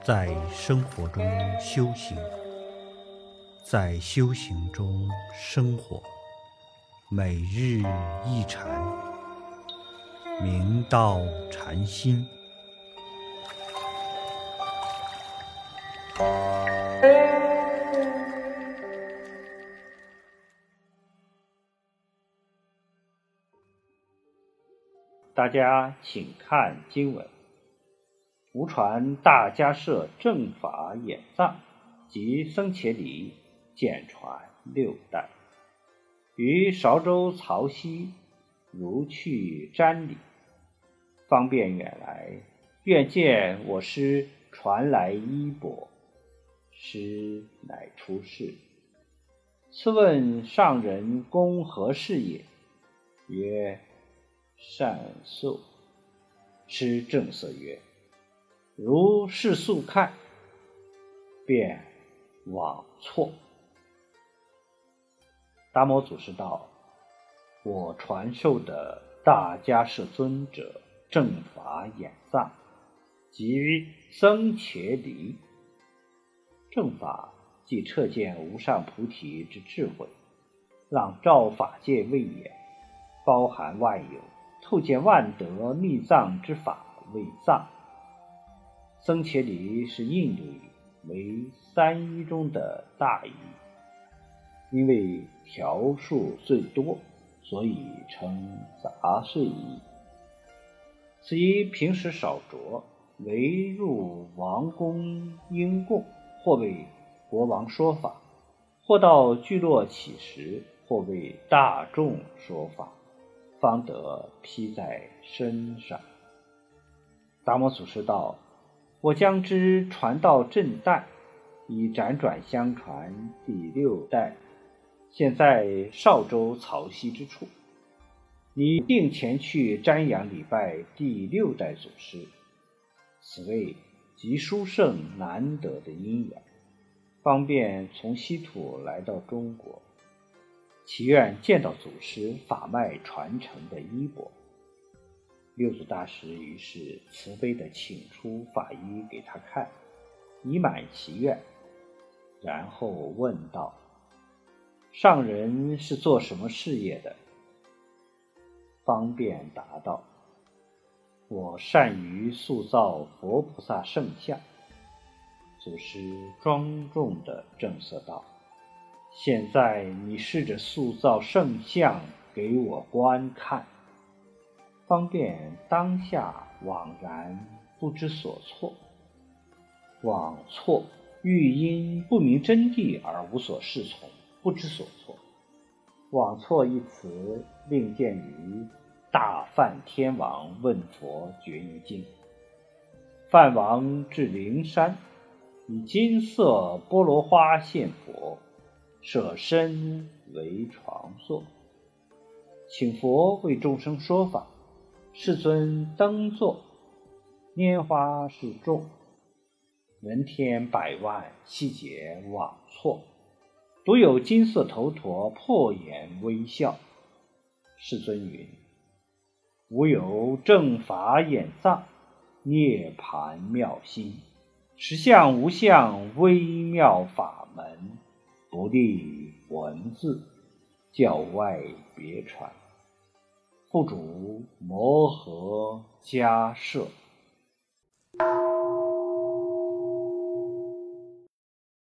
在生活中修行，在修行中生活，每日一禅，明道禅心。 大家请看经文：无传大迦摄正法眼藏及僧伽梨简传6代，于韶州曹溪如去瞻礼，方便远来，愿见我师传来衣钵。师乃出世，次问上人公何事也？曰：善宿。师正色曰：如是宿看，便枉错。达摩祖师道：我传授的大迦摄尊者正法眼藏及僧伽梨，正法即彻见无上菩提之智慧，让照法界为眼，包含万有，透见万德密藏之法为藏。僧伽梨是印度语，为三一中的大一，因为条数最多，所以称杂碎一。此一平时少着，唯入王宫应供，或为国王说法，或到聚落起时，或为大众说法，方得披在身上。达摩祖师道：我将之传到正代，已辗转相传第6代，现在韶州曹溪之处，你定前去瞻仰礼拜第6代祖师。此谓极殊胜难得的因缘，方便从西土来到中国，祈愿见到祖师法脉传承的衣钵。六祖大师于是慈悲地请出法衣给他看，以满其愿，然后问道：上人是做什么事业的？方便答道：我善于塑造佛菩萨圣像。祖师庄重地正色道：现在你试着塑造圣像给我观看。方便当下惘然不知所措。枉错欲因不明真谛而无所适从，不知所措。枉错一词另见于大梵天王问佛决一经。梵王至灵山，以金色菠萝花献佛，舍身为床座，请佛为众生说法。世尊登座，拈花示众，人天百万悉皆枉错，独有金色头陀破颜微笑。世尊云：吾有正法眼藏，涅盘妙心，实相无相微妙法门，不立文字，教外别传。复主摩诃迦摄。